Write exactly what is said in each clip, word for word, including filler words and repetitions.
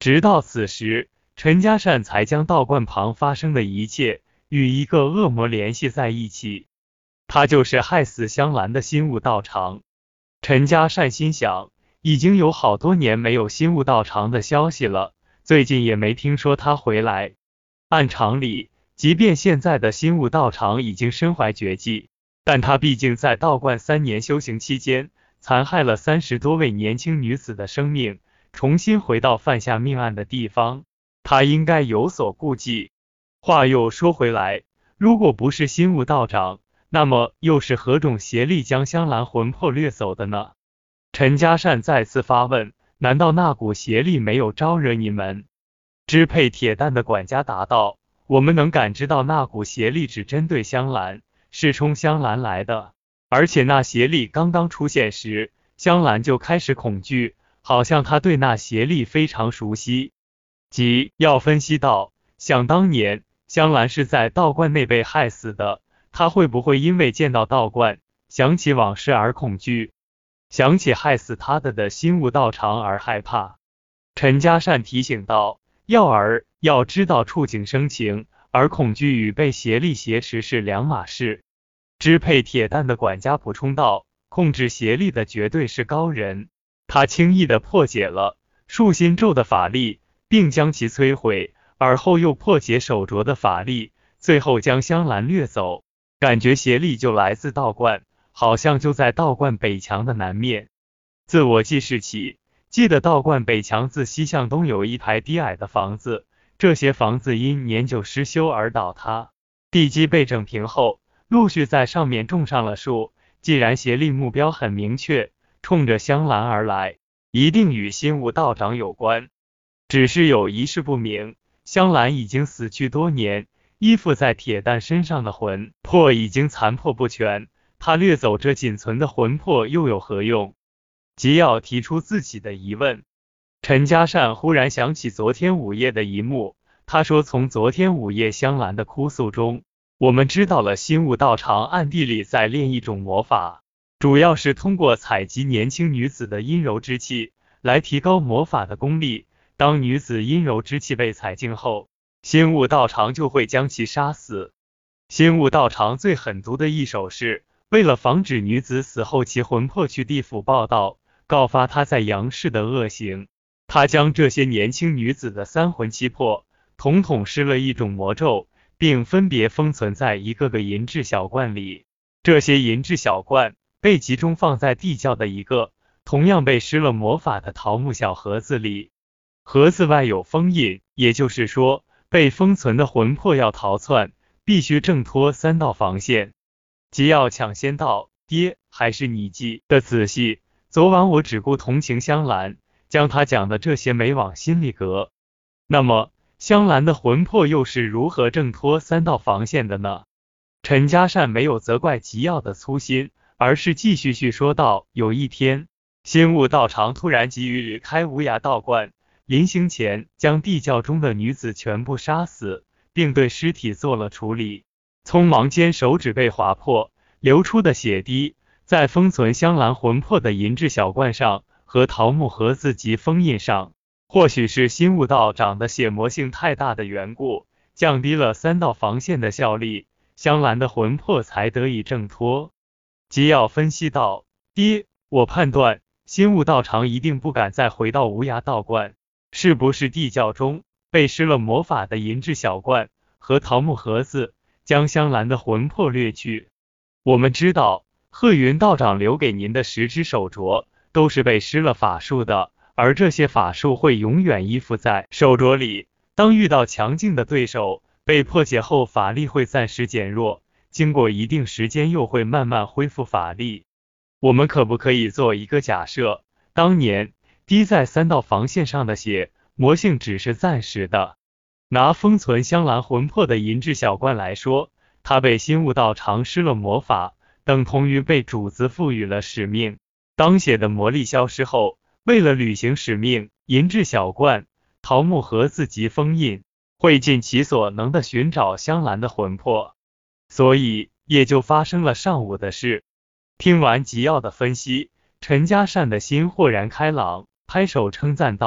直到此时，陈家善才将道观旁发生的一切与一个恶魔联系在一起，他就是害死香兰的心悟道长。陈家善心想，已经有好多年没有心悟道长的消息了，最近也没听说他回来。按常理，即便现在的心悟道长已经身怀绝技，但他毕竟在道观三年修行期间，残害了三十多位年轻女子的生命，重新回到犯下命案的地方，他应该有所顾忌。话又说回来，如果不是心悟道长，那么又是何种邪力将香兰魂魄掠走的呢？陈家善再次发问，难道那股邪力没有招惹你们？支配铁蛋的管家答道，我们能感知到那股邪力只针对香兰，是冲香兰来的，而且那邪力刚刚出现时，香兰就开始恐惧，好像他对那邪力非常熟悉。即要分析到，想当年香兰是在道观内被害死的，他会不会因为见到道观，想起往事而恐惧，想起害死他的的心悟道长而害怕？陈家善提醒道，要儿要知道触景生情，而恐惧与被邪力挟持是两码事。支配铁蛋的管家补充道，控制邪力的绝对是高人，他轻易的破解了树心咒的法力，并将其摧毁，而后又破解手镯的法力，最后将香兰掠走。感觉邪力就来自道观，好像就在道观北墙的南面。自我记事起，记得道观北墙自西向东有一排低矮的房子，这些房子因年久失修而倒塌，地基被整平后，陆续在上面种上了树。既然邪力目标很明确，冲着香兰而来，一定与心悟道长有关。只是有一事不明，香兰已经死去多年，依附在铁蛋身上的魂魄已经残破不全，他掠走这仅存的魂魄又有何用？吉耀提出自己的疑问。陈家善忽然想起昨天午夜的一幕，他说从昨天午夜香兰的哭诉中，我们知道了心悟道长暗地里在练一种魔法，主要是通过采集年轻女子的阴柔之气来提高魔法的功力。当女子阴柔之气被采尽后，心悟道长就会将其杀死。心悟道长最狠毒的一手是，为了防止女子死后其魂魄去地府报道，告发他在阳世的恶行，他将这些年轻女子的三魂七魄统统施了一种魔咒，并分别封存在一个个银质小罐里。这些银质小罐被集中放在地窖的一个同样被施了魔法的桃木小盒子里，盒子外有封印，也就是说，被封存的魂魄要逃窜，必须挣脱三道防线。吉耀抢先道，爹，还是你记得仔细，昨晚我只顾同情香兰，将他讲的这些没往心里搁。那么香兰的魂魄又是如何挣脱三道防线的呢？陈家善没有责怪吉耀的粗心，而是继续叙说道，有一天，心悟道长突然急于离开无涯道观，临行前将地窖中的女子全部杀死，并对尸体做了处理。匆忙间手指被划破，流出的血滴在封存香兰魂魄的银质小罐上和桃木盒子及封印上。或许是心悟道长的血魔性太大的缘故，降低了三道防线的效力，香兰的魂魄才得以挣脱。吉耀分析道，爹，我判断心悟道长一定不敢再回到无涯道观，是不是地窖中被施了魔法的银质小罐和桃木盒子将香兰的魂魄掠去？我们知道鹤云道长留给您的十只手镯都是被施了法术的，而这些法术会永远依附在手镯里，当遇到强劲的对手，被破解后法力会暂时减弱，经过一定时间又会慢慢恢复法力。我们可不可以做一个假设，当年滴在三道防线上的血魔性只是暂时的？拿封存香兰魂魄的银质小罐来说，它被心悟道长施了魔法，等同于被主子赋予了使命。当血的魔力消失后，为了履行使命，银质小罐、桃木盒子及封印会尽其所能的寻找香兰的魂魄，所以也就发生了上午的事。听完吉耀的分析，陈家善的心豁然开朗，拍手称赞道，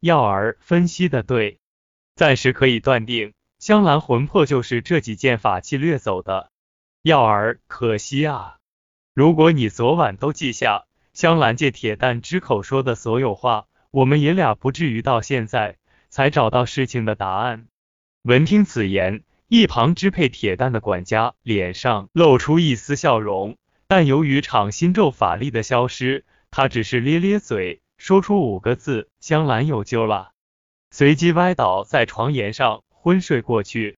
耀儿分析的对，暂时可以断定，香兰魂魄就是这几件法器掠走的。耀儿，可惜啊！如果你昨晚都记下香兰借铁蛋之口说的所有话，我们爷俩不至于到现在才找到事情的答案。闻听此言，一旁支配铁蛋的管家脸上露出一丝笑容，但由于场心咒法力的消失，他只是咧咧嘴，说出五个字：香兰有救了，随即歪倒在床沿上昏睡过去。